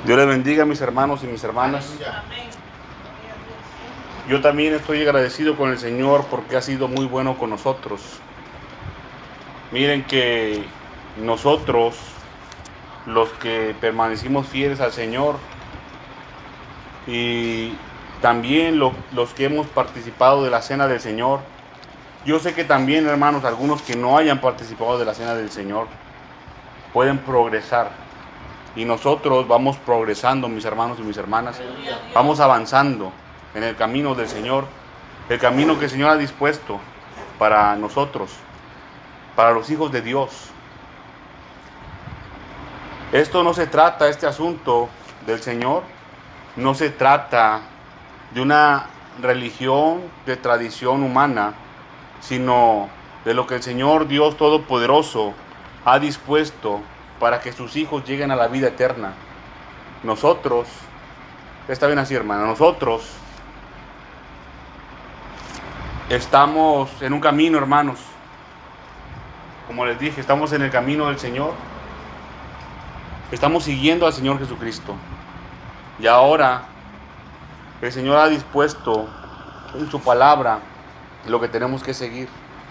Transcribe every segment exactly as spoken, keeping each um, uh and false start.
Dios les bendiga, mis hermanos y mis hermanas. Yo también estoy agradecido con el Señor porque ha sido muy bueno con nosotros. Miren que nosotros, los que permanecimos fieles al Señor, y también lo, los que hemos participado de la cena del Señor, yo sé que también, hermanos, algunos que no hayan participado de la cena del Señor, pueden progresar. Y nosotros vamos progresando, mis hermanos y mis hermanas. Vamos avanzando en el camino del Señor. El camino que el Señor ha dispuesto para nosotros, para los hijos de Dios. Esto no se trata, este asunto del Señor, no se trata de una religión de tradición humana, sino de lo que el Señor Dios Todopoderoso ha dispuesto para que sus hijos lleguen a la vida eterna. Nosotros, está bien así, hermano, nosotros estamos en un camino, hermanos. Como les dije, estamos en el camino del Señor. Estamos siguiendo al Señor Jesucristo. Y ahora el Señor ha dispuesto en su palabra lo que tenemos que seguir.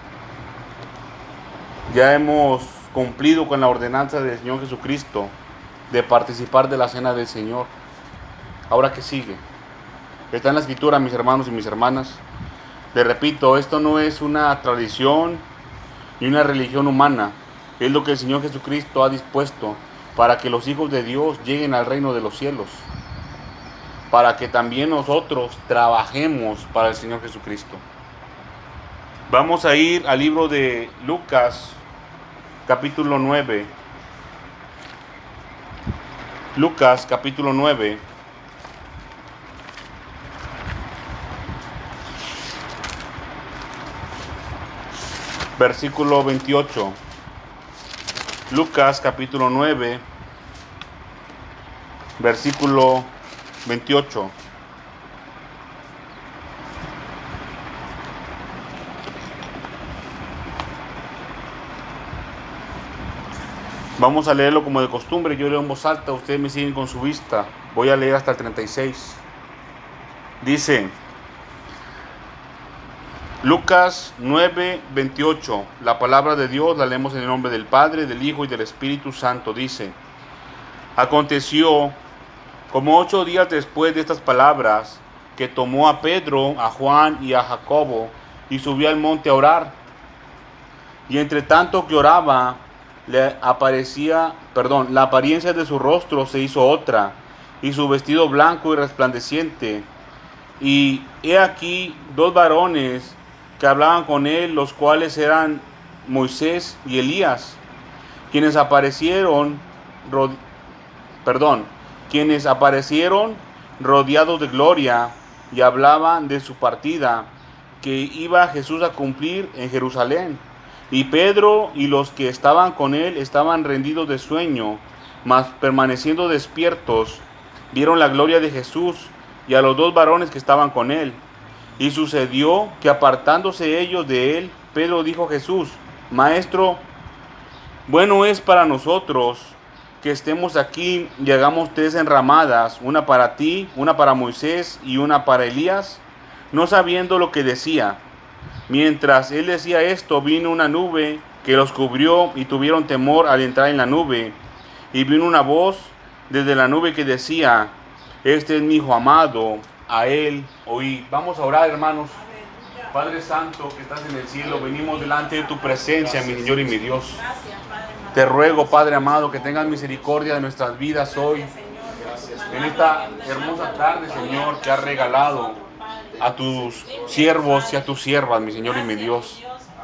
Ya hemos cumplido con la ordenanza del Señor Jesucristo de participar de la cena del Señor. Ahora, ¿qué sigue? Está en la Escritura, mis hermanos y mis hermanas. Les repito, esto no es una tradición ni una religión humana. Es lo que el Señor Jesucristo ha dispuesto para que los hijos de Dios lleguen al reino de los cielos. Para que también nosotros trabajemos para el Señor Jesucristo. Vamos a ir al libro de Lucas, capítulo nueve. Lucas, capítulo nueve. Versículo veintiocho. Lucas, capítulo nueve. Versículo veintiocho. Vamos a leerlo como de costumbre. Yo leo en voz alta, ustedes me siguen con su vista. Voy a leer hasta el treinta y seis. Dice Lucas nueve, veintiocho. La palabra de Dios la leemos en el nombre del Padre, del Hijo y del Espíritu Santo. Dice: aconteció, como ocho días después de estas palabras, que tomó a Pedro, a Juan y a Jacobo, y subió al monte a orar. Y entre tanto que oraba, le aparecía, perdón, la apariencia de su rostro se hizo otra, y su vestido blanco y resplandeciente. Y he aquí dos varones que hablaban con él, los cuales eran Moisés y Elías, quienes aparecieron, ro, perdón, quienes aparecieron rodeados de gloria, y hablaban de su partida, que iba Jesús a cumplir en Jerusalén. Y Pedro y los que estaban con él estaban rendidos de sueño, mas permaneciendo despiertos, vieron la gloria de Jesús y a los dos varones que estaban con él. Y sucedió que apartándose ellos de él, Pedro dijo a Jesús: Maestro, bueno es para nosotros que estemos aquí y hagamos tres enramadas, una para ti, una para Moisés y una para Elías, no sabiendo lo que decía. Mientras él decía esto, vino una nube que los cubrió y tuvieron temor al entrar en la nube. Y vino una voz desde la nube que decía: este es mi Hijo amado, a él oí. Vamos a orar, hermanos. Padre Santo que estás en el cielo, venimos delante de tu presencia, mi Señor y mi Dios. Te ruego, Padre amado, que tengas misericordia de nuestras vidas hoy, en esta hermosa tarde, Señor, que has regalado a tus siervos y a tus siervas, mi Señor y mi Dios.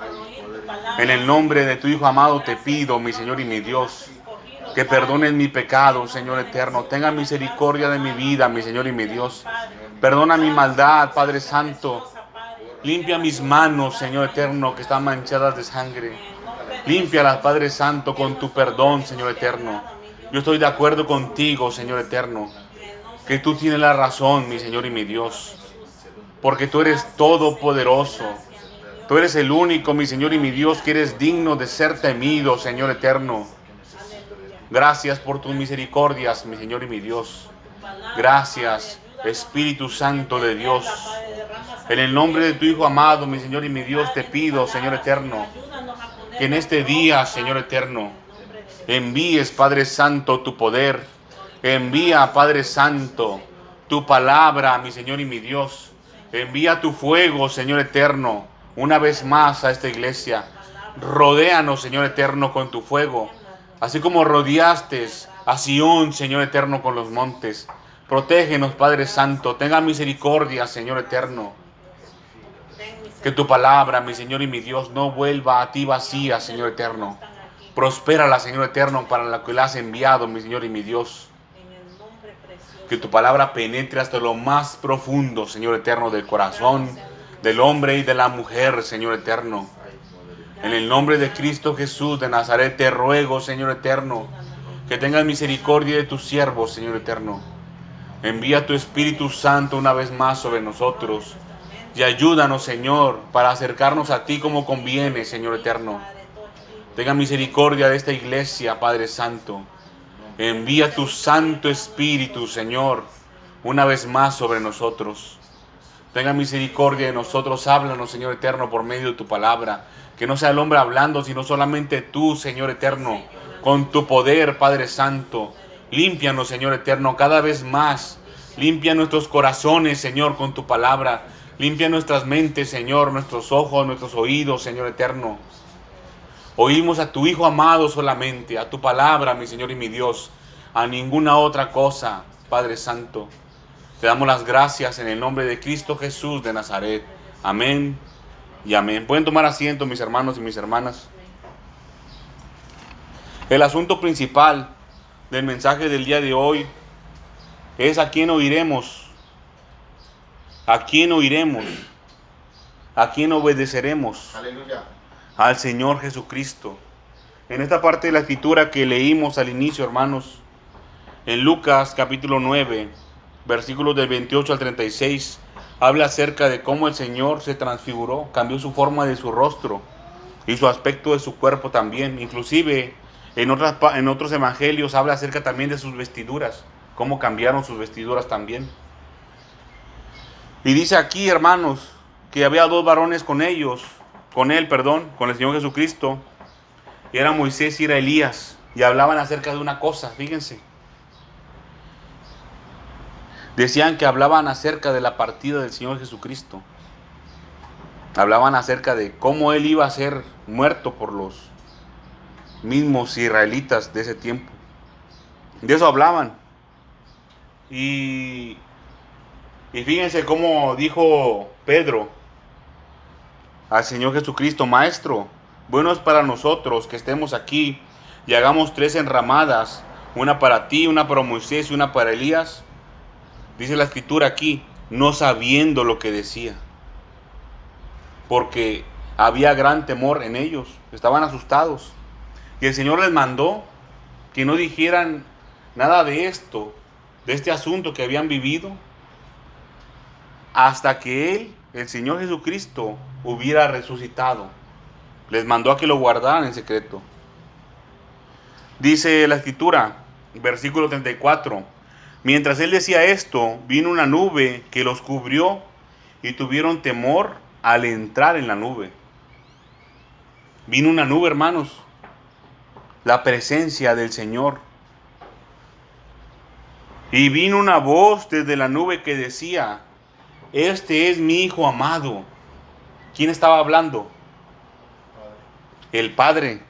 En el nombre de tu Hijo amado te pido, mi Señor y mi Dios, que perdones mi pecado, Señor eterno. Tenga misericordia de mi vida, mi Señor y mi Dios. Perdona mi maldad, Padre Santo. Limpia mis manos, Señor eterno, que están manchadas de sangre. Límpialas, Padre Santo, con tu perdón, Señor eterno. Yo estoy de acuerdo contigo, Señor eterno, que tú tienes la razón, mi Señor y mi Dios, porque tú eres todopoderoso. Tú eres el único, mi Señor y mi Dios, que eres digno de ser temido, Señor eterno. Gracias por tus misericordias, mi Señor y mi Dios. Gracias, Espíritu Santo de Dios. En el nombre de tu Hijo amado, mi Señor y mi Dios, te pido, Señor eterno, que en este día, Señor eterno, envíes, Padre Santo, tu poder. Envía, Padre Santo, tu palabra, mi Señor y mi Dios. Envía tu fuego, Señor eterno, una vez más a esta iglesia. Rodéanos, Señor eterno, con tu fuego. Así como rodeaste a Sión, Señor eterno, con los montes. Protégenos, Padre Santo. Tenga misericordia, Señor eterno. Que tu palabra, mi Señor y mi Dios, no vuelva a ti vacía, Señor eterno. Prospérala, Señor eterno, para la que la has enviado, mi Señor y mi Dios. Que tu palabra penetre hasta lo más profundo, Señor eterno, del corazón del hombre y de la mujer, Señor eterno. En el nombre de Cristo Jesús de Nazaret te ruego, Señor eterno, que tengas misericordia de tus siervos, Señor eterno. Envía tu Espíritu Santo una vez más sobre nosotros y ayúdanos, Señor, para acercarnos a ti como conviene, Señor eterno. Tenga misericordia de esta iglesia, Padre Santo. Envía tu Santo Espíritu, Señor, una vez más sobre nosotros. Tenga misericordia de nosotros, háblanos, Señor eterno, por medio de tu palabra. Que no sea el hombre hablando, sino solamente tú, Señor eterno, con tu poder, Padre Santo. Límpianos, Señor eterno, cada vez más. Limpia nuestros corazones, Señor, con tu palabra. Limpia nuestras mentes, Señor, nuestros ojos, nuestros oídos, Señor eterno. Oímos a tu Hijo amado solamente, a tu palabra, mi Señor y mi Dios, a ninguna otra cosa, Padre Santo. Te damos las gracias en el nombre de Cristo Jesús de Nazaret. Amén y amén. Pueden tomar asiento, mis hermanos y mis hermanas. El asunto principal del mensaje del día de hoy es a quién oiremos, a quién oiremos, a quién obedeceremos. Aleluya. Al Señor Jesucristo. En esta parte de la escritura que leímos al inicio, hermanos, en Lucas capítulo nueve, versículos del veintiocho al treinta y seis, habla acerca de cómo el Señor se transfiguró, cambió su forma de su rostro y su aspecto de su cuerpo también. Inclusive en, otras, en otros evangelios habla acerca también de sus vestiduras, cómo cambiaron sus vestiduras también. Y dice aquí, hermanos, que había dos varones con ellos, con él, perdón, con el Señor Jesucristo, y era Moisés y era Elías, y hablaban acerca de una cosa, fíjense. Decían que hablaban acerca de la partida del Señor Jesucristo. Hablaban acerca de cómo él iba a ser muerto por los mismos israelitas de ese tiempo. De eso hablaban. Y, y fíjense cómo dijo Pedro al Señor Jesucristo: Maestro, bueno es para nosotros que estemos aquí y hagamos tres enramadas, una para ti, una para Moisés y una para Elías. Dice la escritura aquí, no sabiendo lo que decía, porque había gran temor en ellos, estaban asustados. Y el Señor les mandó que no dijeran nada de esto, de este asunto que habían vivido, hasta que Él, el Señor Jesucristo, hubiera resucitado. Les mandó a que lo guardaran en secreto. Dice la escritura, versículo treinta y cuatro, mientras él decía esto, vino una nube que los cubrió y tuvieron temor al entrar en la nube. Vino una nube, hermanos, la presencia del Señor. Y vino una voz desde la nube que decía: este es mi Hijo amado. ¿Quién estaba hablando? El Padre.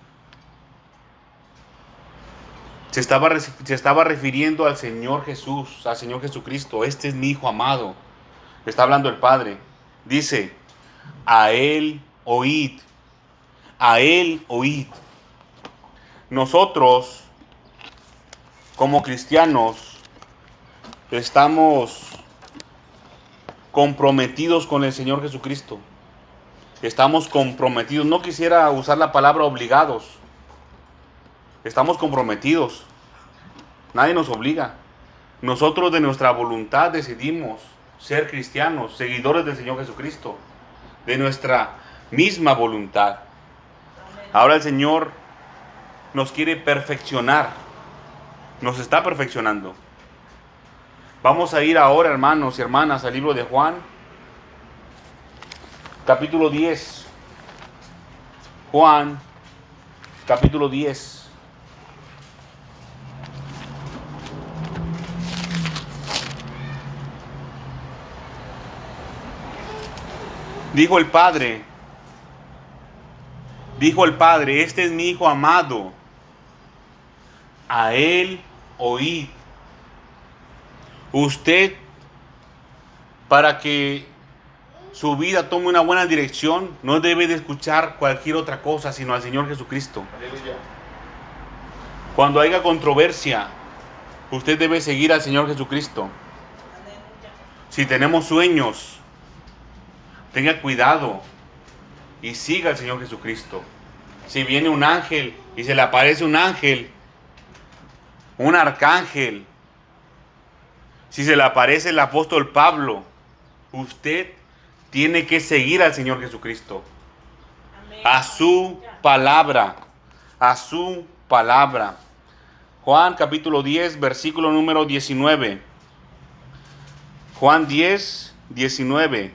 Se estaba, se estaba refiriendo al Señor Jesús, al Señor Jesucristo. Este es mi Hijo amado. Está hablando el Padre. Dice, a Él oíd. A Él oíd. Nosotros, como cristianos, estamos comprometidos con el Señor Jesucristo. Estamos comprometidos. No quisiera usar la palabra obligados. Estamos comprometidos. Nadie nos obliga. Nosotros de nuestra voluntad decidimos ser cristianos, seguidores del Señor Jesucristo. De nuestra misma voluntad. Ahora el Señor nos quiere perfeccionar. Nos está perfeccionando. Vamos a ir ahora, hermanos y hermanas, al libro de Juan, capítulo diez. Juan, capítulo diez. Dijo el Padre, dijo el Padre, este es mi Hijo amado, a Él oíd. Usted, para que su vida tome una buena dirección, no debe de escuchar cualquier otra cosa sino al Señor Jesucristo. Aleluya. Cuando haya controversia, usted debe seguir al Señor Jesucristo. Aleluya. Si tenemos sueños, tenga cuidado y siga al Señor Jesucristo. Si viene un ángel y se le aparece un ángel, un arcángel, si se le aparece el apóstol Pablo, usted tiene que seguir al Señor Jesucristo. Amén. A su palabra, a su palabra. Juan capítulo diez, versículo número diecinueve. Juan diez, diecinueve.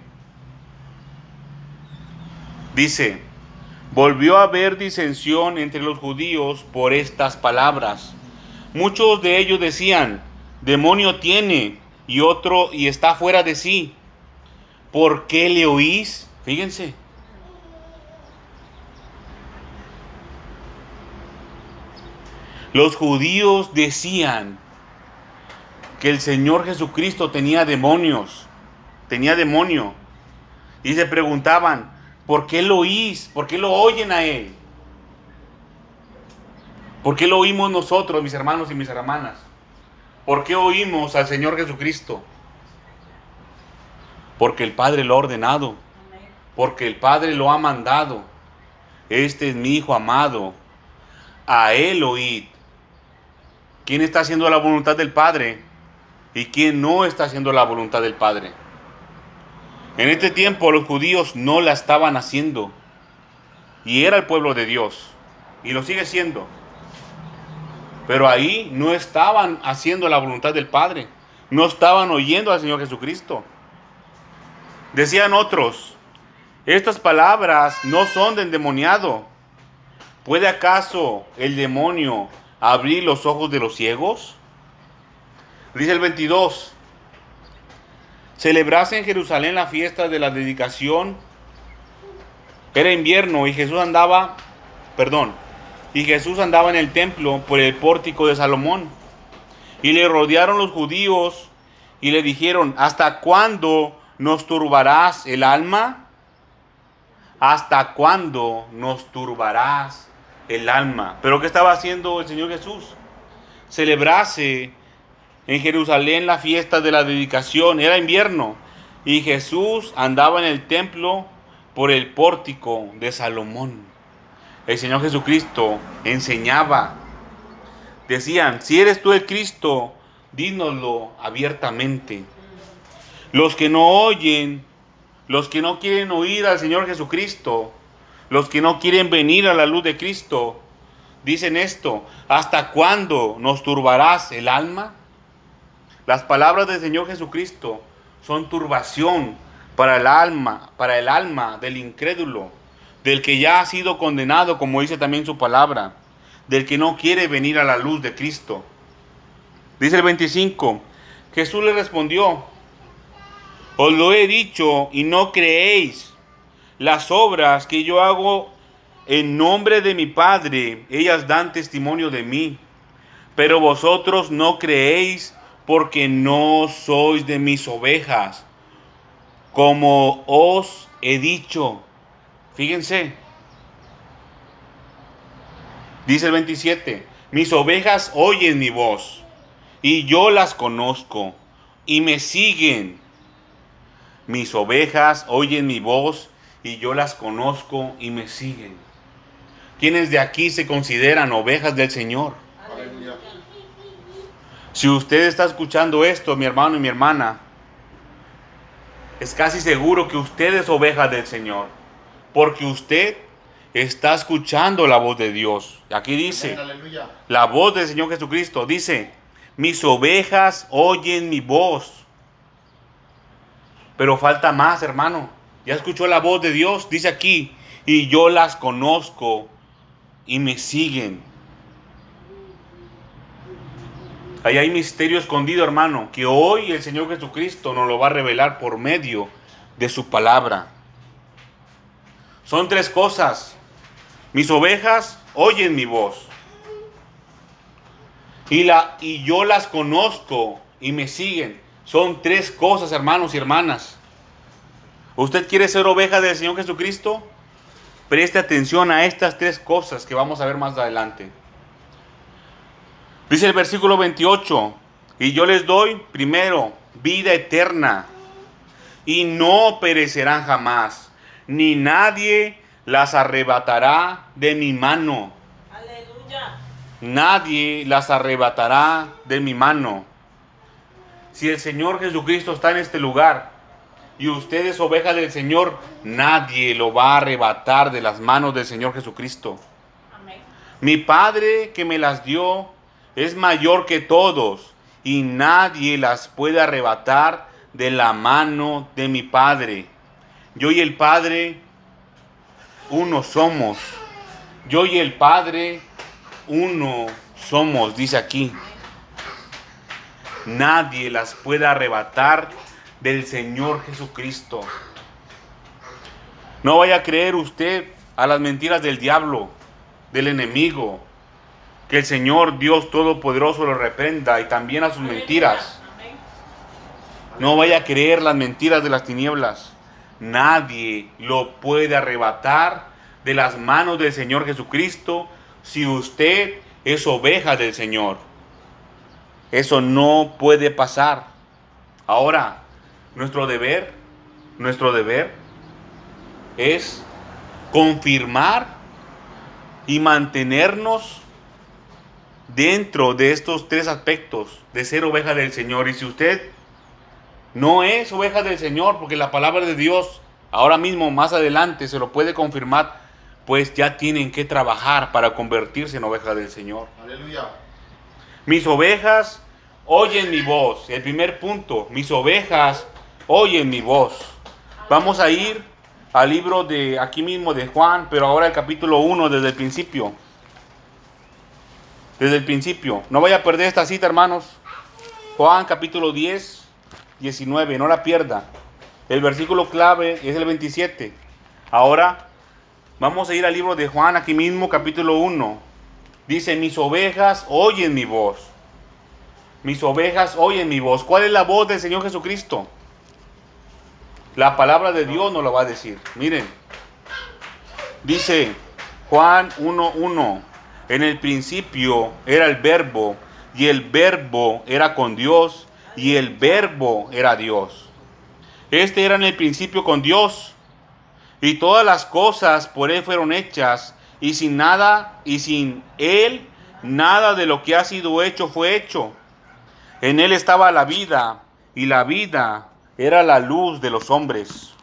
Dice, volvió a haber disensión entre los judíos por estas palabras. Muchos de ellos decían, demonio tiene, y otro y está fuera de sí. ¿Por qué le oís? Fíjense. Los judíos decían que el Señor Jesucristo tenía demonios, tenía demonio. Y se preguntaban, ¿por qué lo oís? ¿Por qué lo oyen a Él? ¿Por qué lo oímos nosotros, mis hermanos y mis hermanas? ¿Por qué oímos al Señor Jesucristo? Porque el Padre lo ha ordenado. Porque el Padre lo ha mandado. Este es mi Hijo amado. A Él oíd. ¿Quién está haciendo la voluntad del Padre? ¿Y quién no está haciendo la voluntad del Padre? En este tiempo los judíos no la estaban haciendo. Y era el pueblo de Dios. Y lo sigue siendo. Pero ahí no estaban haciendo la voluntad del Padre. No estaban oyendo al Señor Jesucristo. Decían otros, estas palabras no son de endemoniado. ¿Puede acaso el demonio abrir los ojos de los ciegos? Dice el veintidós. Celebrase en Jerusalén la fiesta de la dedicación. Era invierno y Jesús andaba, perdón, y Jesús andaba en el templo por el pórtico de Salomón. Y le rodearon los judíos y le dijeron, ¿hasta cuándo nos turbarás el alma? ¿Hasta cuándo nos turbarás el alma? ¿Pero qué estaba haciendo el Señor Jesús? Celebrase en Jerusalén la fiesta de la dedicación. Era invierno y Jesús andaba en el templo por el pórtico de Salomón. El Señor Jesucristo enseñaba. Decían, si eres tú el Cristo, dínoslo abiertamente. Los que no oyen, los que no quieren oír al Señor Jesucristo, los que no quieren venir a la luz de Cristo, dicen esto, ¿hasta cuándo nos turbarás el alma? Las palabras del Señor Jesucristo son turbación para el alma, para el alma del incrédulo, del que ya ha sido condenado, como dice también su palabra, del que no quiere venir a la luz de Cristo. Dice el veinticinco, Jesús le respondió, os lo he dicho y no creéis. Las obras que yo hago en nombre de mi Padre, ellas dan testimonio de mí. Pero vosotros no creéis porque no sois de mis ovejas, como os he dicho. Fíjense. Dice el veintisiete, mis ovejas oyen mi voz, y yo las conozco, y me siguen. Mis ovejas oyen mi voz, y yo las conozco, y me siguen. ¿Quiénes de aquí se consideran ovejas del Señor? Aleluya. Si usted está escuchando esto, mi hermano y mi hermana, es casi seguro que usted es oveja del Señor, porque usted está escuchando la voz de Dios. Aquí dice, Amén, aleluya. la voz del Señor Jesucristo. Dice, mis ovejas oyen mi voz. Pero falta más, hermano. Ya escuchó la voz de Dios. Dice aquí, y yo las conozco y me siguen. Ahí hay misterio escondido, hermano, que hoy el Señor Jesucristo nos lo va a revelar por medio de su palabra. Son tres cosas. Mis ovejas oyen mi voz. Y, la, y yo las conozco y me siguen. Son tres cosas, hermanos y hermanas. ¿Usted quiere ser oveja del Señor Jesucristo? Preste atención a estas tres cosas que vamos a ver más adelante. Dice el versículo veintiocho, y yo les doy primero vida eterna, y no perecerán jamás, ni nadie las arrebatará de mi mano. Aleluya. Nadie las arrebatará de mi mano. Si el Señor Jesucristo está en este lugar y usted es oveja del Señor, nadie lo va a arrebatar de las manos del Señor Jesucristo. Amén. Mi Padre que me las dio es mayor que todos y nadie las puede arrebatar de la mano de mi Padre. Yo y el Padre uno somos. Yo y el Padre uno somos, dice aquí. Nadie las puede arrebatar del Señor Jesucristo. No vaya a creer usted a las mentiras del diablo, del enemigo. Que el Señor Dios Todopoderoso lo reprenda y también a sus mentiras. Amén. No vaya a creer las mentiras de las tinieblas. Nadie lo puede arrebatar de las manos del Señor Jesucristo si usted es oveja del Señor. Eso no puede pasar. Ahora, nuestro deber, nuestro deber es confirmar y mantenernos dentro de estos tres aspectos de ser oveja del Señor. Y si usted no es oveja del Señor, porque la palabra de Dios ahora mismo, más adelante, se lo puede confirmar, pues ya tienen que trabajar para convertirse en oveja del Señor. Aleluya. Mis ovejas oyen mi voz. El primer punto, mis ovejas oyen mi voz. Vamos a ir al libro de aquí mismo de Juan, pero ahora el capítulo uno desde el principio. Desde el principio. No vaya a perder esta cita, hermanos. Juan capítulo diez, diecinueve, no la pierda. El versículo clave es el veintisiete. Ahora vamos a ir al libro de Juan aquí mismo, capítulo uno. Dice, mis ovejas oyen mi voz. Mis ovejas oyen mi voz. ¿Cuál es la voz del Señor Jesucristo? La palabra de Dios nos lo va a decir. Miren. Dice Juan uno uno. En el principio era el verbo, y el verbo era con Dios, y el verbo era Dios. Este era en el principio con Dios, y todas las cosas por él fueron hechas, y sin nada, y sin él, nada de lo que ha sido hecho fue hecho. En él estaba la vida, y la vida era la luz de los hombres.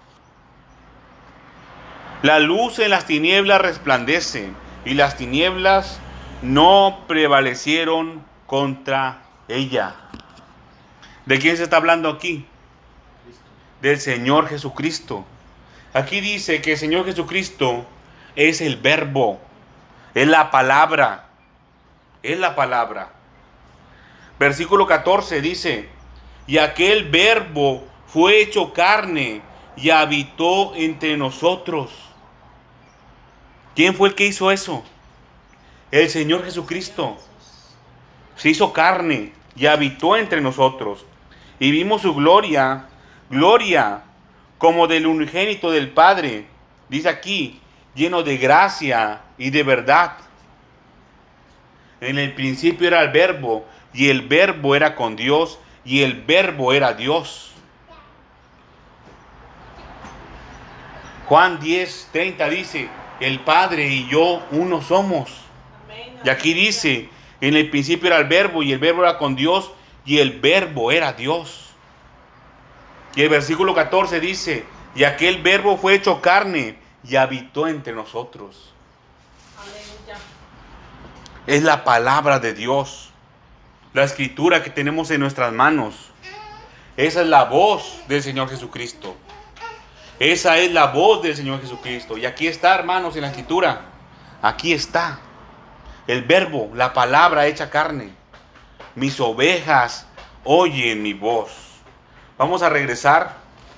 La luz en las tinieblas resplandece, y las tinieblas no prevalecieron contra ella. ¿De quién se está hablando aquí? Del Señor Jesucristo. Aquí dice que el Señor Jesucristo es el verbo, es la palabra, es la palabra. Versículo catorce dice, y aquel verbo fue hecho carne y habitó entre nosotros. ¿Quién fue el que hizo eso? El Señor Jesucristo. Se hizo carne y habitó entre nosotros. Y vimos su gloria, gloria como del unigénito del Padre. Dice aquí, lleno de gracia y de verdad. En el principio era el verbo, y el verbo era con Dios, y el verbo era Dios. Juan diez, treinta dice, el Padre y yo uno somos. Amén. Y aquí dice, en el principio era el verbo, y el verbo era con Dios, y el verbo era Dios. Y el versículo catorce dice, y aquel verbo fue hecho carne y habitó entre nosotros. Aleluya. Es la palabra de Dios, la escritura que tenemos en nuestras manos. Esa es la voz del Señor Jesucristo. Esa es la voz del Señor Jesucristo. Y aquí está, hermanos, en la escritura. Aquí está el verbo, la palabra hecha carne. Mis ovejas oyen mi voz. Vamos a regresar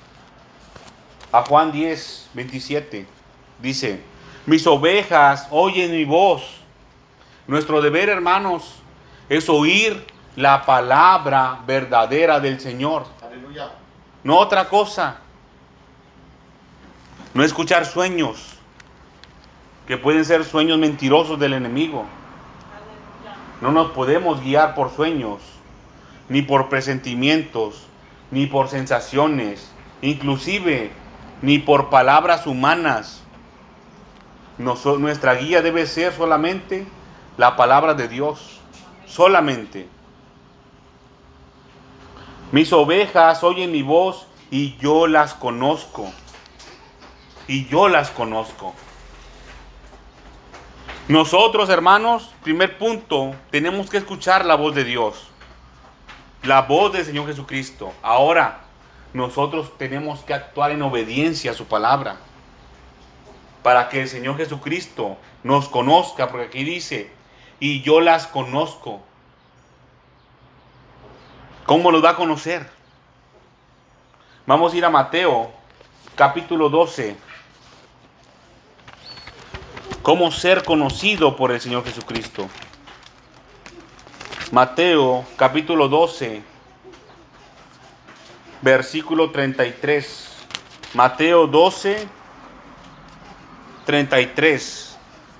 a Juan diez, veintisiete. Dice, mis ovejas oyen mi voz. Nuestro deber, hermanos, es oír la palabra verdadera del Señor. Aleluya. No otra cosa. No escuchar sueños, que pueden ser sueños mentirosos del enemigo. Aleluya. No nos podemos guiar por sueños, ni por presentimientos, ni por sensaciones, inclusive ni por palabras humanas. Nos- nuestra guía debe ser solamente la palabra de Dios, solamente. Mis ovejas oyen mi voz y yo las conozco. Y yo las conozco. Nosotros, hermanos, primer punto, tenemos que escuchar la voz de Dios. La voz del Señor Jesucristo. Ahora, nosotros tenemos que actuar en obediencia a su palabra. Para que el Señor Jesucristo nos conozca, porque aquí dice, y yo las conozco. ¿Cómo los va a conocer? Vamos a ir a Mateo, capítulo doce. ¿Cómo ser conocido por el Señor Jesucristo? Mateo, capítulo doce, versículo treinta y tres. Mateo doce, treinta y tres.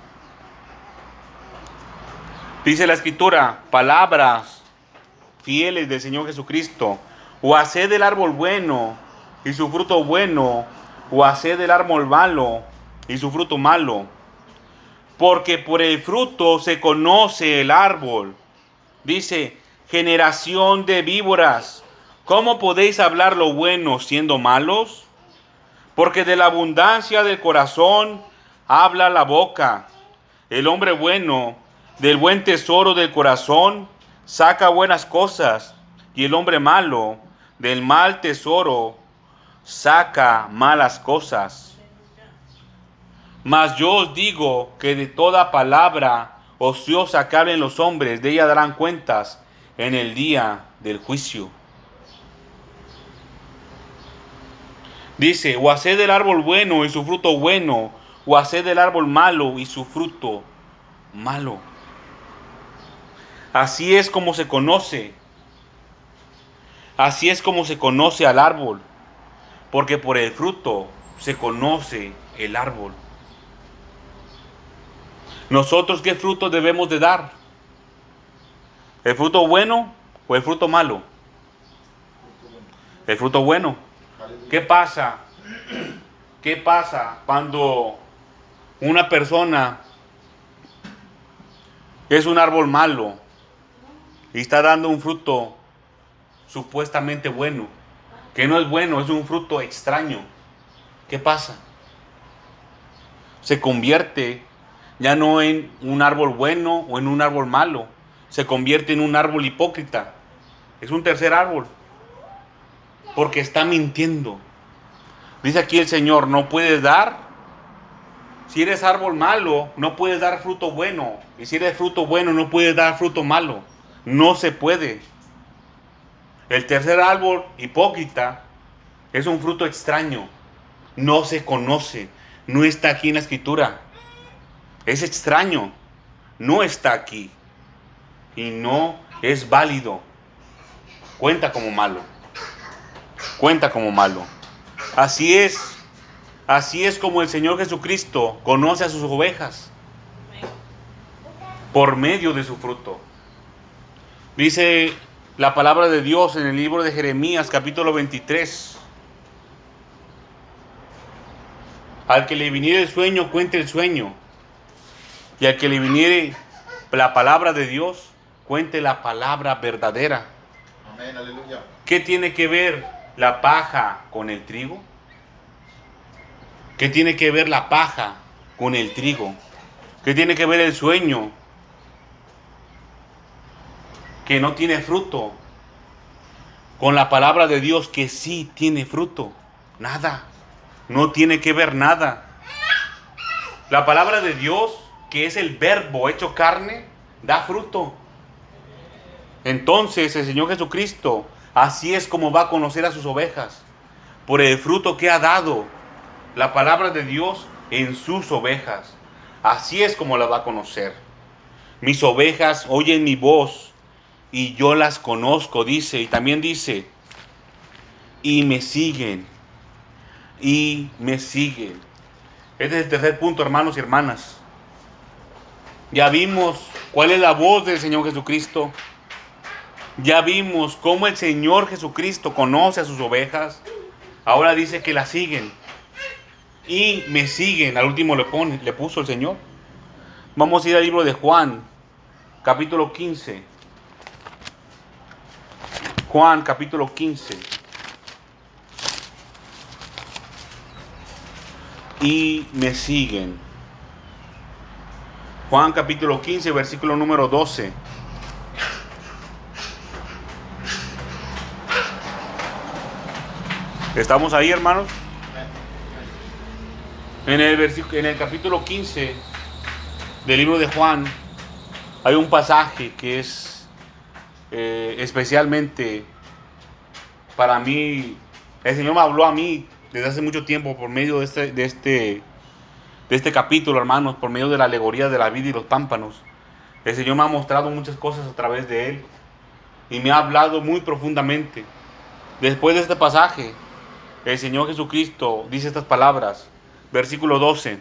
Dice la Escritura, palabras fieles del Señor Jesucristo. O haced del árbol bueno y su fruto bueno, o haced del árbol malo y su fruto malo. Porque por el fruto se conoce el árbol. Dice, generación de víboras, ¿cómo podéis hablar lo bueno siendo malos? Porque de la abundancia del corazón habla la boca. El hombre bueno, del buen tesoro del corazón, saca buenas cosas. Y el hombre malo, del mal tesoro, saca malas cosas. Mas yo os digo que de toda palabra ociosa que hablen los hombres, de ella darán cuentas en el día del juicio. Dice, o haced del árbol bueno y su fruto bueno, o haced del árbol malo y su fruto malo. Así es como se conoce. Así es como se conoce al árbol. Porque por el fruto se conoce el árbol. Nosotros, ¿qué fruto debemos de dar? ¿El fruto bueno o el fruto malo? El fruto bueno. ¿Qué pasa? ¿Qué pasa cuando una persona es un árbol malo y está dando un fruto supuestamente bueno? Que no es bueno, es un fruto extraño. ¿Qué pasa? Se convierte ya no en un árbol bueno o en un árbol malo. Se convierte en un árbol hipócrita. Es un tercer árbol. Porque está mintiendo. Dice aquí el Señor, no puedes dar. Si eres árbol malo, no puedes dar fruto bueno. Y si eres fruto bueno, no puedes dar fruto malo. No se puede. El tercer árbol hipócrita es un fruto extraño. No se conoce. No está aquí en la Escritura. Es extraño, no está aquí y no es válido. Cuenta como malo. Cuenta como malo. Así es, así es como el Señor Jesucristo conoce a sus ovejas. Por medio de su fruto. Dice la palabra de Dios en el libro de Jeremías, capítulo veintitrés. Al que le viniere el sueño, cuente el sueño. Y al que le viniere la palabra de Dios, cuente la palabra verdadera. Amén, aleluya. ¿Qué tiene que ver la paja con el trigo? ¿Qué tiene que ver la paja con el trigo? ¿Qué tiene que ver el sueño que no tiene fruto con la palabra de Dios que sí tiene fruto? Nada. No tiene que ver nada. La palabra de Dios, que es el verbo hecho carne, da fruto. Entonces el Señor Jesucristo, así es como va a conocer a sus ovejas, por el fruto que ha dado la palabra de Dios en sus ovejas. Así es como la va a conocer. Mis ovejas oyen mi voz y yo las conozco, dice. Y también dice, y me siguen, y me siguen. Este es el tercer punto, hermanos y hermanas. Ya vimos cuál es la voz del Señor Jesucristo. Ya vimos cómo el Señor Jesucristo conoce a sus ovejas. Ahora dice que la siguen. Y me siguen. Al último le pone, le puso el Señor. Vamos a ir al libro de Juan, capítulo quince. Juan, capítulo quince. Y me siguen. Juan, capítulo quince, versículo número doce. ¿Estamos ahí, hermanos? En el, versículo, en el capítulo quince del libro de Juan hay un pasaje que es eh, especialmente para mí. El Señor me habló a mí desde hace mucho tiempo por medio de este, de este, de este capítulo, hermanos, por medio de la alegoría de la vid y los pámpanos. El Señor me ha mostrado muchas cosas a través de él y me ha hablado muy profundamente. Después de este pasaje, el Señor Jesucristo dice estas palabras, versículo doce.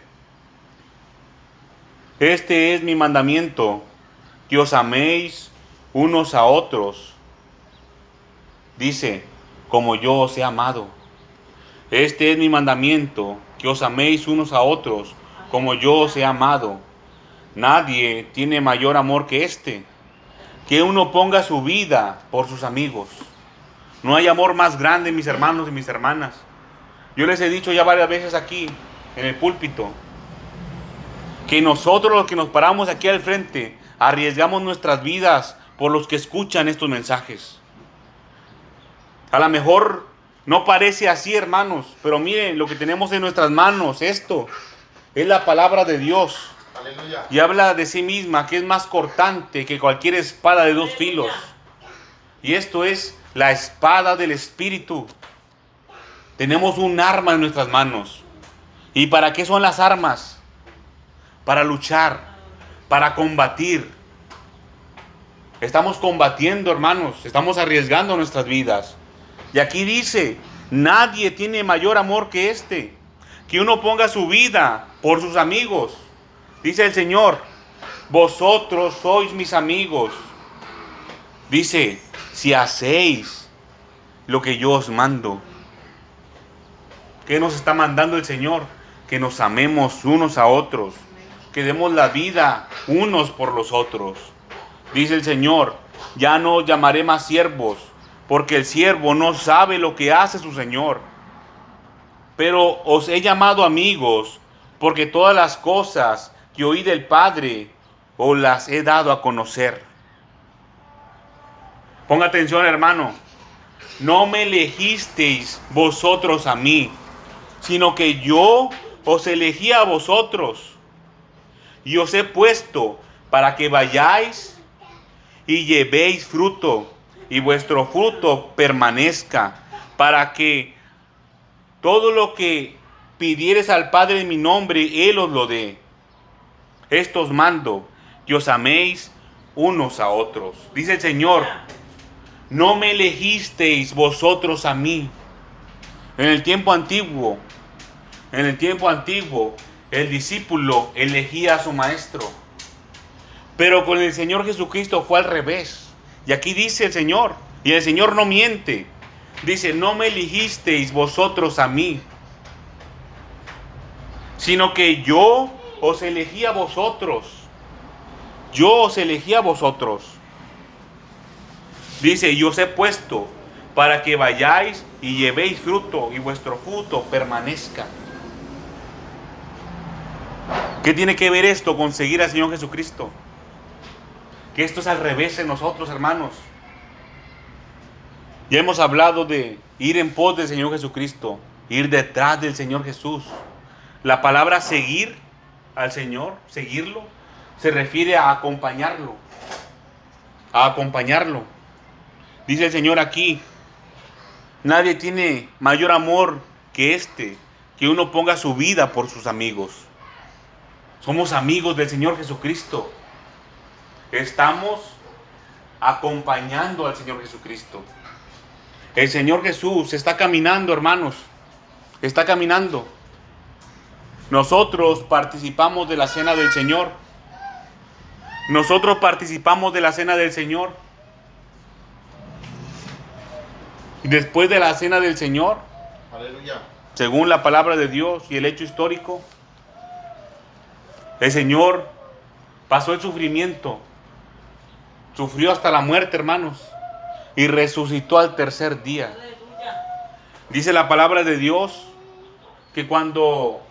Este es mi mandamiento, que os améis unos a otros. Dice, como yo os he amado. Este es mi mandamiento, que os améis unos a otros, como yo os he amado. Nadie tiene mayor amor que este, que uno ponga su vida por sus amigos. No hay amor más grande, mis hermanos y mis hermanas. Yo les he dicho ya varias veces aquí, en el púlpito, que nosotros los que nos paramos aquí al frente, arriesgamos nuestras vidas por los que escuchan estos mensajes. A lo mejor no parece así, hermanos, pero miren lo que tenemos en nuestras manos. Esto es la palabra de Dios. Aleluya. Y habla de sí misma, que es más cortante que cualquier espada de dos Aleluya. Filos. Y esto es la espada del Espíritu. Tenemos un arma en nuestras manos. ¿Y para qué son las armas? Para luchar, para combatir. Estamos combatiendo, hermanos, estamos arriesgando nuestras vidas. Y aquí dice, nadie tiene mayor amor que este, que uno ponga su vida por sus amigos. Dice el Señor, vosotros sois mis amigos. Dice, si hacéis lo que yo os mando. ¿Qué nos está mandando el Señor? Que nos amemos unos a otros, que demos la vida unos por los otros. Dice el Señor, ya no os llamaré más siervos, porque el siervo no sabe lo que hace su Señor. Pero os he llamado amigos, porque todas las cosas que oí del Padre os las he dado a conocer. Ponga atención, hermano. No me elegisteis vosotros a mí, sino que yo os elegí a vosotros y os he puesto para que vayáis y llevéis fruto y vuestro fruto permanezca, para que todo lo que pidiereis al Padre en mi nombre, Él os lo dé. Esto os mando, que os améis unos a otros. Dice el Señor, no me elegisteis vosotros a mí. En el tiempo antiguo, en el tiempo antiguo, el discípulo elegía a su maestro. Pero con el Señor Jesucristo fue al revés. Y aquí dice el Señor, y el Señor no miente. Dice, no me elegisteis vosotros a mí, sino que yo os elegí a vosotros. Yo os elegí a vosotros. Dice, y os he puesto para que vayáis y llevéis fruto y vuestro fruto permanezca. ¿Qué tiene que ver esto con seguir al Señor Jesucristo? Que esto es al revés en nosotros, hermanos. Ya hemos hablado de ir en pos del Señor Jesucristo, ir detrás del Señor Jesús. La palabra seguir al Señor, seguirlo, se refiere a acompañarlo, a acompañarlo. Dice el Señor aquí, nadie tiene mayor amor que este, que uno ponga su vida por sus amigos. Somos amigos del Señor Jesucristo. Estamos acompañando al Señor Jesucristo. El Señor Jesús está caminando, hermanos. Está caminando. Nosotros participamos de la cena del Señor. Nosotros participamos de la cena del Señor. Y después de la cena del Señor, Aleluya. según la palabra de Dios y el hecho histórico, el Señor pasó el sufrimiento. Sufrió hasta la muerte, hermanos. Y resucitó al tercer día. Aleluya. Dice la palabra de Dios que cuando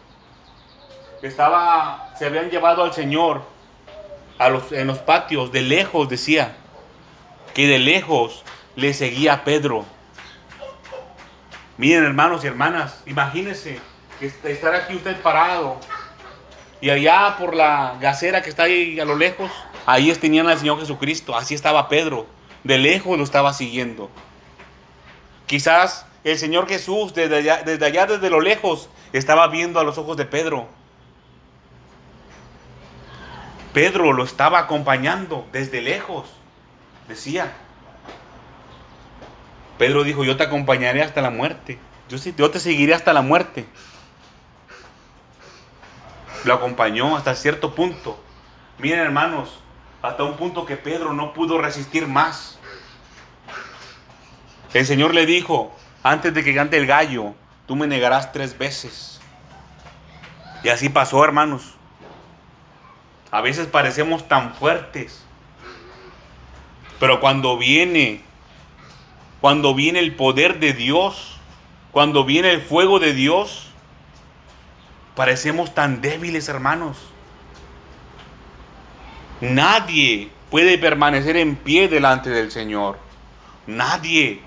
estaba, se habían llevado al Señor a los, en los patios, de lejos decía, que de lejos le seguía Pedro. Miren, hermanos y hermanas, imagínense que estar aquí usted parado y allá por la gacera que está ahí a lo lejos, ahí tenían al Señor Jesucristo. Así estaba Pedro, de lejos lo estaba siguiendo. Quizás el Señor Jesús desde allá, desde allá, desde lo lejos, estaba viendo a los ojos de Pedro. Pedro lo estaba acompañando desde lejos, decía. Pedro dijo, yo te acompañaré hasta la muerte. Yo, yo te seguiré hasta la muerte. Lo acompañó hasta cierto punto. Miren, hermanos, hasta un punto que Pedro no pudo resistir más. El Señor le dijo, antes de que cante el gallo, tú me negarás tres veces. Y así pasó, hermanos. A veces parecemos tan fuertes, pero cuando viene, cuando viene el poder de Dios, cuando viene el fuego de Dios, parecemos tan débiles, hermanos. Nadie puede permanecer en pie delante del Señor. Nadie.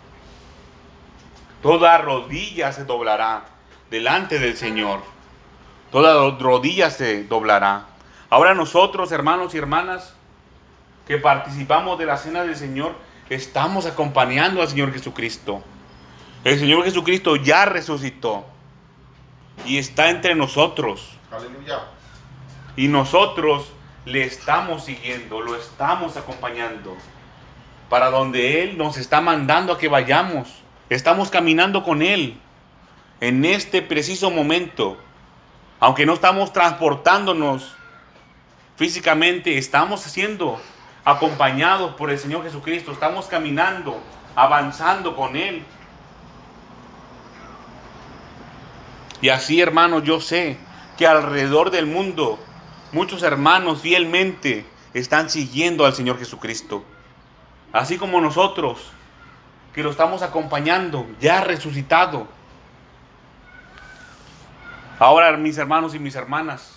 Toda rodilla se doblará delante del Señor. Toda rodilla se doblará. Ahora nosotros, hermanos y hermanas, que participamos de la cena del Señor, estamos acompañando al Señor Jesucristo. El Señor Jesucristo ya resucitó y está entre nosotros. Aleluya. Y nosotros le estamos siguiendo, lo estamos acompañando para donde Él nos está mandando a que vayamos. Estamos caminando con Él en este preciso momento. Aunque no estamos transportándonos físicamente, estamos siendo acompañados por el Señor Jesucristo. Estamos caminando, avanzando con Él. Y así, hermanos, yo sé que alrededor del mundo muchos hermanos fielmente están siguiendo al Señor Jesucristo. Así como nosotros, que lo estamos acompañando, ya resucitado. Ahora, mis hermanos y mis hermanas,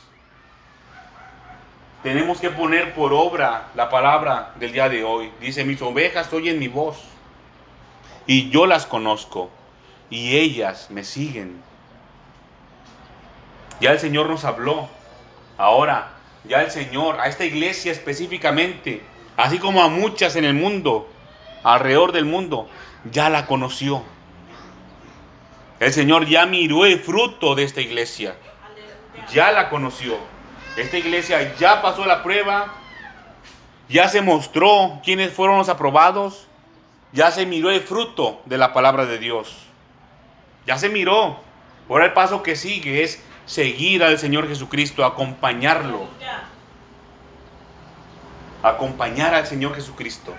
tenemos que poner por obra la palabra del día de hoy. Dice, mis ovejas oyen mi voz, y yo las conozco, y ellas me siguen. Ya el Señor nos habló. Ahora, ya el Señor, a esta iglesia específicamente, así como a muchas en el mundo, alrededor del mundo, ya la conoció. El Señor ya miró el fruto de esta iglesia. Ya la conoció. Esta iglesia ya pasó la prueba. Ya se mostró quiénes fueron los aprobados. Ya se miró el fruto de la palabra de Dios. Ya se miró. Ahora el paso que sigue es seguir al Señor Jesucristo, acompañarlo. Acompañar al Señor Jesucristo.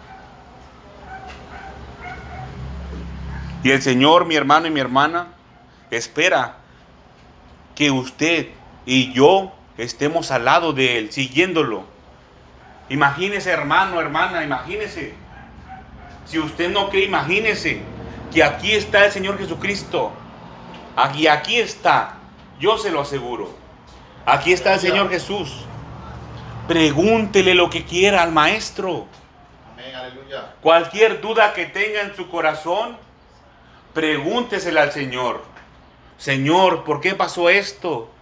Y el Señor, mi hermano y mi hermana, espera que usted y yo estemos al lado de Él, siguiéndolo. Imagínese, hermano, hermana, imagínese. Si usted no cree, imagínese que aquí está el Señor Jesucristo. Aquí, aquí está, yo se lo aseguro. Aquí está el Señor Jesús. Pregúntele lo que quiera al Maestro. Amén, aleluya. Cualquier duda que tenga en su corazón, pregúntesela al Señor. Señor, ¿por qué pasó esto?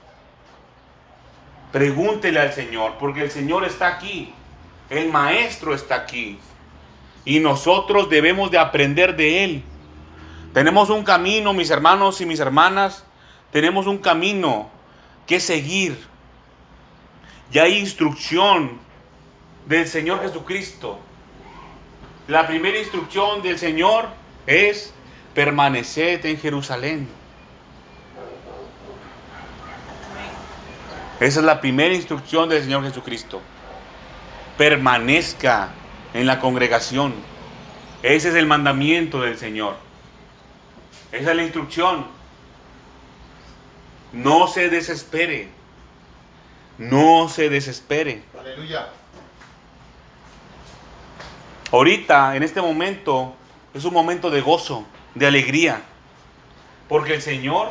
Pregúntele al Señor, porque el Señor está aquí. El Maestro está aquí. Y nosotros debemos de aprender de Él. Tenemos un camino, mis hermanos y mis hermanas. Tenemos un camino que seguir. Y hay instrucción del Señor Jesucristo. La primera instrucción del Señor es: permaneced en Jerusalén. Esa es la primera instrucción del Señor Jesucristo. Permanezca en la congregación. Ese es el mandamiento del Señor. Esa es la instrucción. No se desespere. No se desespere. Aleluya. Ahorita, en este momento, es un momento de gozo, de alegría. Porque el Señor,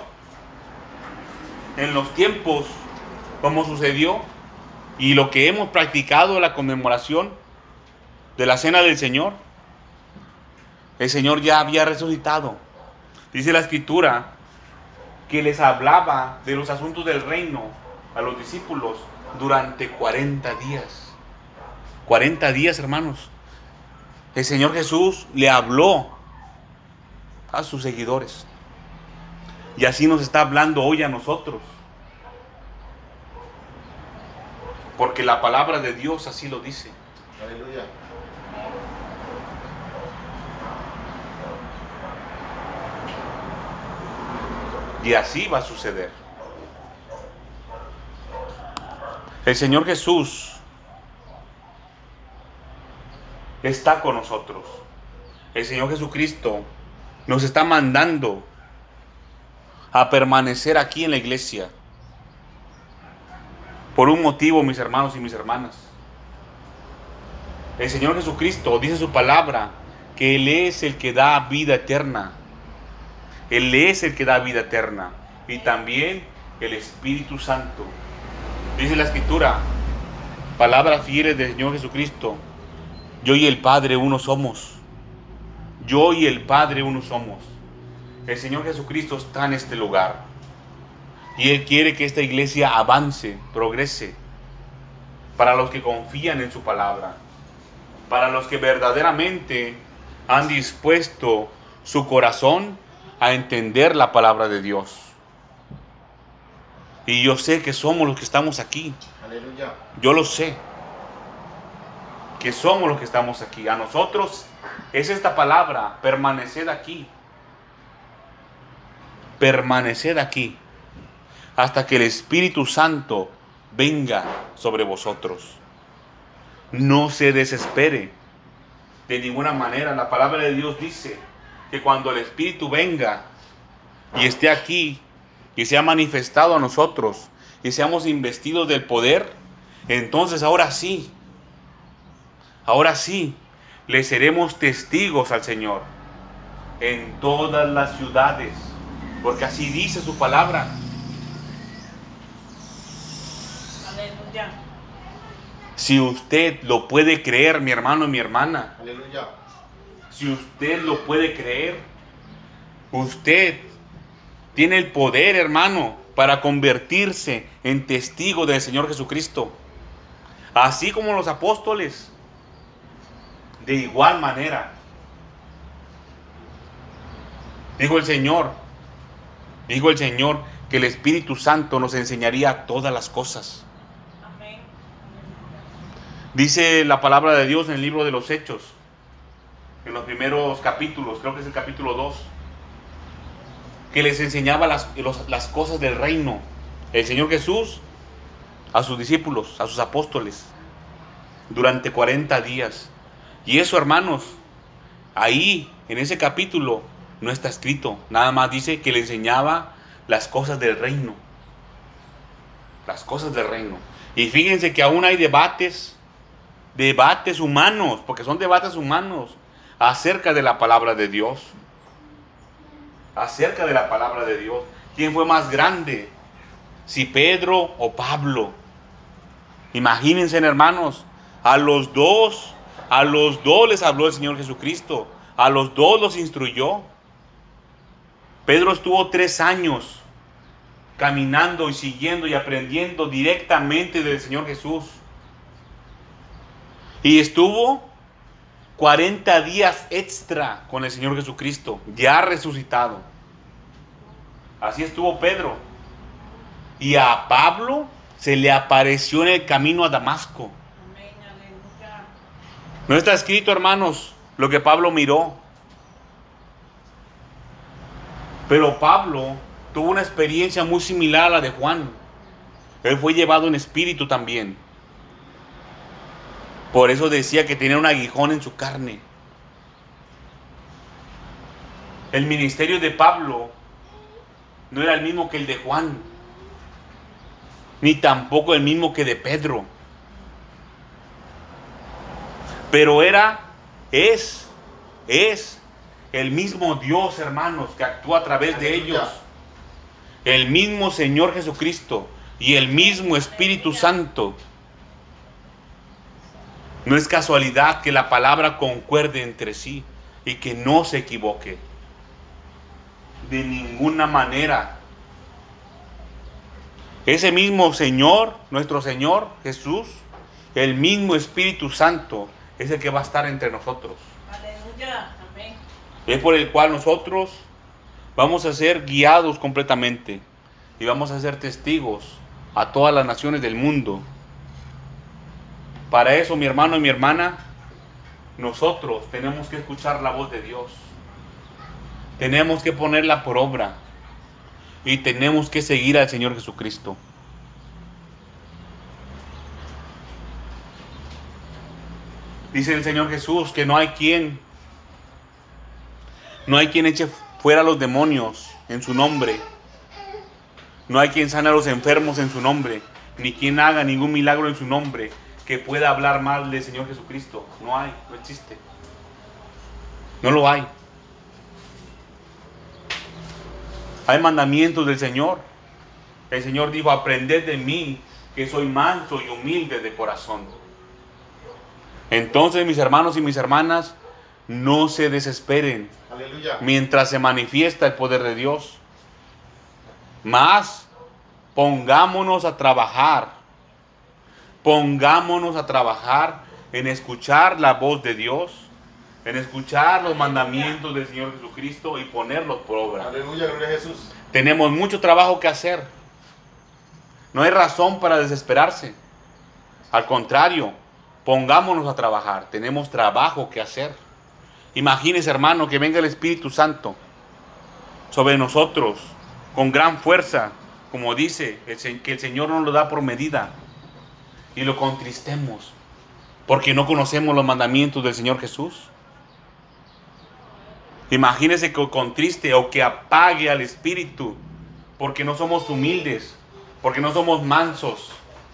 en los tiempos, como sucedió, y lo que hemos practicado, la conmemoración de la cena del Señor, el Señor ya había resucitado. Dice la Escritura que les hablaba de los asuntos del reino a los discípulos durante cuarenta días. cuarenta días, hermanos. El Señor Jesús le habló a sus seguidores. Y así nos está hablando hoy a nosotros. Porque la palabra de Dios así lo dice. Aleluya. Y así va a suceder. El Señor Jesús está con nosotros. El Señor Jesucristo nos está mandando a permanecer aquí en la iglesia. Por un motivo, mis hermanos y mis hermanas. El Señor Jesucristo dice su palabra que Él es el que da vida eterna. Él es el que da vida eterna. Y también el Espíritu Santo. Dice la Escritura, palabras fieles del Señor Jesucristo: yo y el Padre uno somos. Yo y el Padre uno somos. El Señor Jesucristo está en este lugar. Y Él quiere que esta iglesia avance, progrese. Para los que confían en su palabra. Para los que verdaderamente han dispuesto su corazón a entender la palabra de Dios. Y yo sé que somos los que estamos aquí. Aleluya. Yo lo sé. Que somos los que estamos aquí. A nosotros es esta palabra: permaneced aquí. Permaneced aquí. Hasta que el Espíritu Santo venga sobre vosotros. No se desespere. De ninguna manera. La palabra de Dios dice que cuando el Espíritu venga y esté aquí y sea manifestado a nosotros y seamos investidos del poder, entonces ahora sí, ahora sí, le seremos testigos al Señor en todas las ciudades, porque así dice su palabra. Aleluya. Si usted lo puede creer, mi hermano y mi hermana, Aleluya. si usted lo puede creer, usted tiene el poder, hermano, para convertirse en testigo del Señor Jesucristo. Así como los apóstoles. De igual manera. Dijo el Señor, dijo el Señor que el Espíritu Santo nos enseñaría todas las cosas. Amén. Dice la palabra de Dios en el libro de los Hechos, en los primeros capítulos, creo que es el capítulo dos, que les enseñaba las, los, las cosas del reino. El Señor Jesús a sus discípulos, a sus apóstoles, durante cuarenta días. Y eso, hermanos, ahí, en ese capítulo, no está escrito. Nada más dice que le enseñaba las cosas del reino. Las cosas del reino. Y fíjense que aún hay debates, debates humanos, porque son debates humanos, acerca de la palabra de Dios. Acerca de la palabra de Dios. ¿Quién fue más grande? si Pedro o Pablo. Imagínense, hermanos, a los dos, a los dos les habló el Señor Jesucristo, a los dos los instruyó. Pedro estuvo tres años caminando y siguiendo y aprendiendo directamente del Señor Jesús. Y estuvo cuarenta días extra con el Señor Jesucristo, ya resucitado. Así estuvo Pedro. Y a Pablo se le apareció en el camino a Damasco. Amén, aleluya. No está escrito, hermanos, lo que Pablo miró. Pero Pablo tuvo una experiencia muy similar a la de Juan. Él fue llevado en espíritu también. Por eso decía que tenía un aguijón en su carne. El ministerio de Pablo no era el mismo que el de Juan, ni tampoco el mismo que de Pedro. Pero era, es, es el mismo Dios, hermanos, que actúa a través de ellos. El mismo Señor Jesucristo y el mismo Espíritu Santo. No es casualidad que la palabra concuerde entre sí y que no se equivoque. De ninguna manera. Ese mismo Señor, nuestro Señor Jesús, el mismo Espíritu Santo, es el que va a estar entre nosotros. Aleluya. Amén. Es por el cual nosotros vamos a ser guiados completamente y vamos a ser testigos a todas las naciones del mundo. Para eso, mi hermano y mi hermana, nosotros tenemos que escuchar la voz de Dios. Tenemos que ponerla por obra. Y tenemos que seguir al Señor Jesucristo. Dice el Señor Jesús que no hay quien, no hay quien eche fuera a los demonios en su nombre. No hay quien sane a los enfermos en su nombre, ni quien haga ningún milagro en su nombre que pueda hablar mal del Señor Jesucristo. No hay, no existe. No lo hay. Hay mandamientos del Señor. El Señor dijo: aprended de mí, que soy manso y humilde de corazón. Entonces, mis hermanos y mis hermanas, no se desesperen. Aleluya. Mientras se manifiesta el poder de Dios. Más, pongámonos a trabajar. Pongámonos a trabajar en escuchar la voz de Dios, en escuchar los mandamientos del Señor Jesucristo y ponerlos por obra. Aleluya, gloria a Jesús. Tenemos mucho trabajo que hacer. No hay razón para desesperarse. Al contrario, pongámonos a trabajar. Tenemos trabajo que hacer. Imagínese, hermano, que venga el Espíritu Santo sobre nosotros con gran fuerza, como dice, que el Señor nos lo da por medida, y lo contristemos porque no conocemos los mandamientos del Señor Jesús. Imagínese que contriste o que apague al Espíritu porque no somos humildes, porque no somos mansos.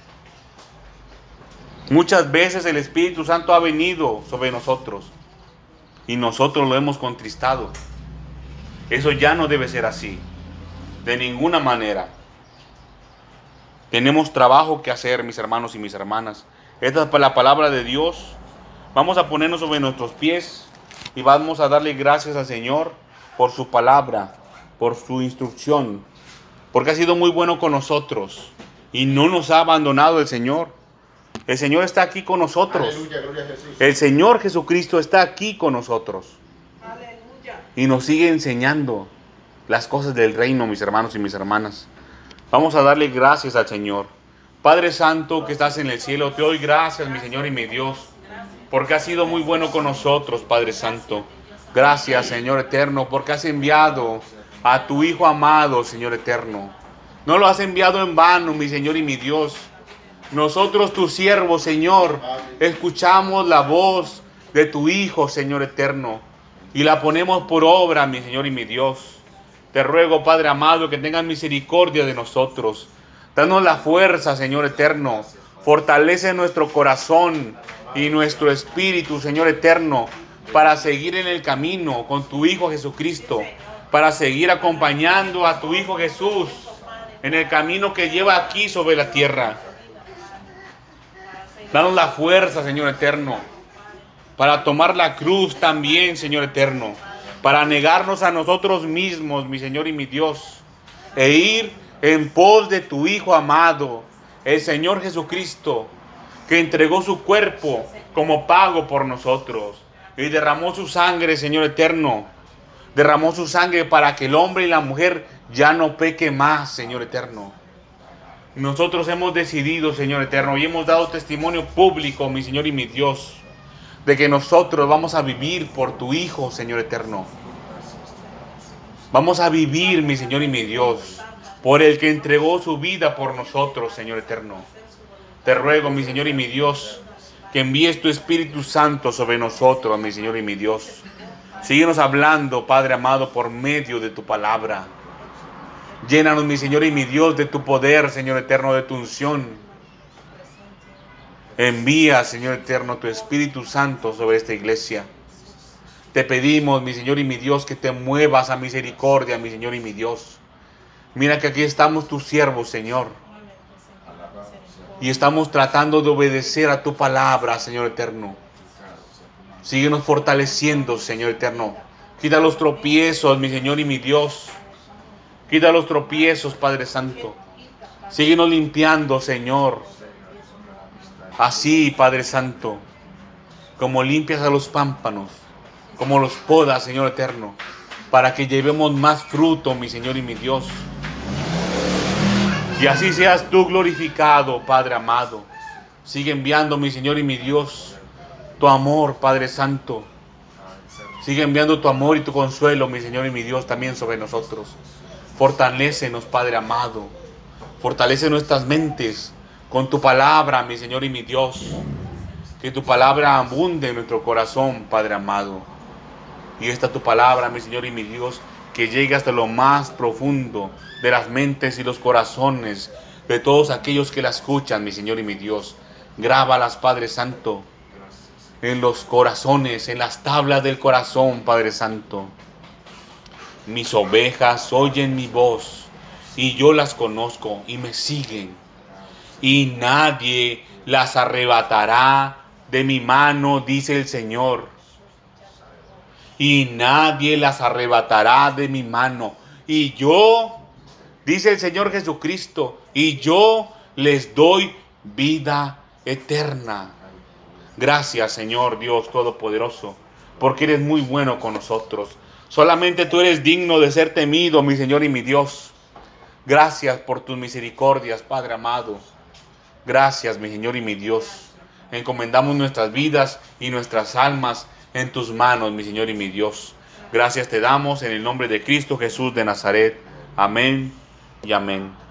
Muchas veces el Espíritu Santo ha venido sobre nosotros y nosotros lo hemos contristado. Eso ya no debe ser así, de ninguna manera. Tenemos trabajo que hacer, mis hermanos y mis hermanas. Esta es la palabra de Dios. Vamos a ponernos sobre nuestros pies y vamos a darle gracias al Señor por su palabra, por su instrucción, porque ha sido muy bueno con nosotros y no nos ha abandonado el Señor. El Señor está aquí con nosotros. Aleluya, gloria a Jesús. El Señor Jesucristo está aquí con nosotros Aleluya. y nos sigue enseñando las cosas del reino, mis hermanos y mis hermanas. Vamos a darle gracias al Señor. Padre Santo que estás en el cielo, te doy gracias, mi Señor y mi Dios, porque has sido muy bueno con nosotros, Padre Santo. Gracias, Señor eterno, porque has enviado a tu Hijo amado, Señor eterno. No lo has enviado en vano, mi Señor y mi Dios. Nosotros, tus siervos, Señor, escuchamos la voz de tu Hijo, Señor eterno, y la ponemos por obra, mi Señor y mi Dios. Te ruego, Padre amado, que tengas misericordia de nosotros. Danos la fuerza, Señor eterno. Fortalece nuestro corazón y nuestro espíritu, Señor eterno, para seguir en el camino con tu Hijo Jesucristo, para seguir acompañando a tu Hijo Jesús en el camino que lleva aquí sobre la tierra. Danos la fuerza, Señor eterno, para tomar la cruz también, Señor eterno, para negarnos a nosotros mismos, mi Señor y mi Dios, e ir en pos de tu Hijo amado, el Señor Jesucristo, que entregó su cuerpo como pago por nosotros y derramó su sangre, Señor eterno, derramó su sangre para que el hombre y la mujer ya no peque más, Señor eterno. Nosotros hemos decidido, Señor eterno, y hemos dado testimonio público, mi Señor y mi Dios, de que nosotros vamos a vivir por tu Hijo, Señor eterno. Vamos a vivir, mi Señor y mi Dios, por el que entregó su vida por nosotros, Señor eterno. Te ruego, mi Señor y mi Dios, que envíes tu Espíritu Santo sobre nosotros, mi Señor y mi Dios. Síguenos hablando, Padre amado, por medio de tu palabra. Llénanos, mi Señor y mi Dios, de tu poder, Señor eterno, de tu unción. Envía, Señor eterno, tu Espíritu Santo sobre esta iglesia. Te pedimos, mi Señor y mi Dios, que te muevas a misericordia, mi Señor y mi Dios. Mira que aquí estamos tus siervos, Señor. Y estamos tratando de obedecer a tu palabra, Señor eterno. Síguenos fortaleciendo, Señor eterno. Quita los tropiezos, mi Señor y mi Dios. Quita los tropiezos, Padre Santo. Síguenos limpiando, Señor. Así, Padre Santo, como limpias a los pámpanos, como los podas, Señor eterno, para que llevemos más fruto, mi Señor y mi Dios. Y así seas tú glorificado, Padre amado. Sigue enviando, mi Señor y mi Dios, tu amor, Padre Santo. Sigue enviando tu amor y tu consuelo, mi Señor y mi Dios, también sobre nosotros. Fortalécenos, Padre amado. Fortalece nuestras mentes con tu palabra, mi Señor y mi Dios. Que tu palabra abunde en nuestro corazón, Padre amado. Y esta tu palabra, mi Señor y mi Dios, que llegue hasta lo más profundo de las mentes y los corazones de todos aquellos que la escuchan, mi Señor y mi Dios. Grábalas, Padre Santo, en los corazones, en las tablas del corazón, Padre Santo. Mis ovejas oyen mi voz, y yo las conozco, y me siguen. Y nadie las arrebatará de mi mano, dice el Señor. Y nadie las arrebatará de mi mano. Y yo, dice el Señor Jesucristo, y yo les doy vida eterna. Gracias, Señor Dios Todopoderoso, porque eres muy bueno con nosotros. Solamente tú eres digno de ser temido, mi Señor y mi Dios. Gracias por tus misericordias, Padre amado. Gracias, mi Señor y mi Dios. Encomendamos nuestras vidas y nuestras almas en tus manos, mi Señor y mi Dios. Gracias te damos en el nombre de Cristo Jesús de Nazaret. Amén y amén.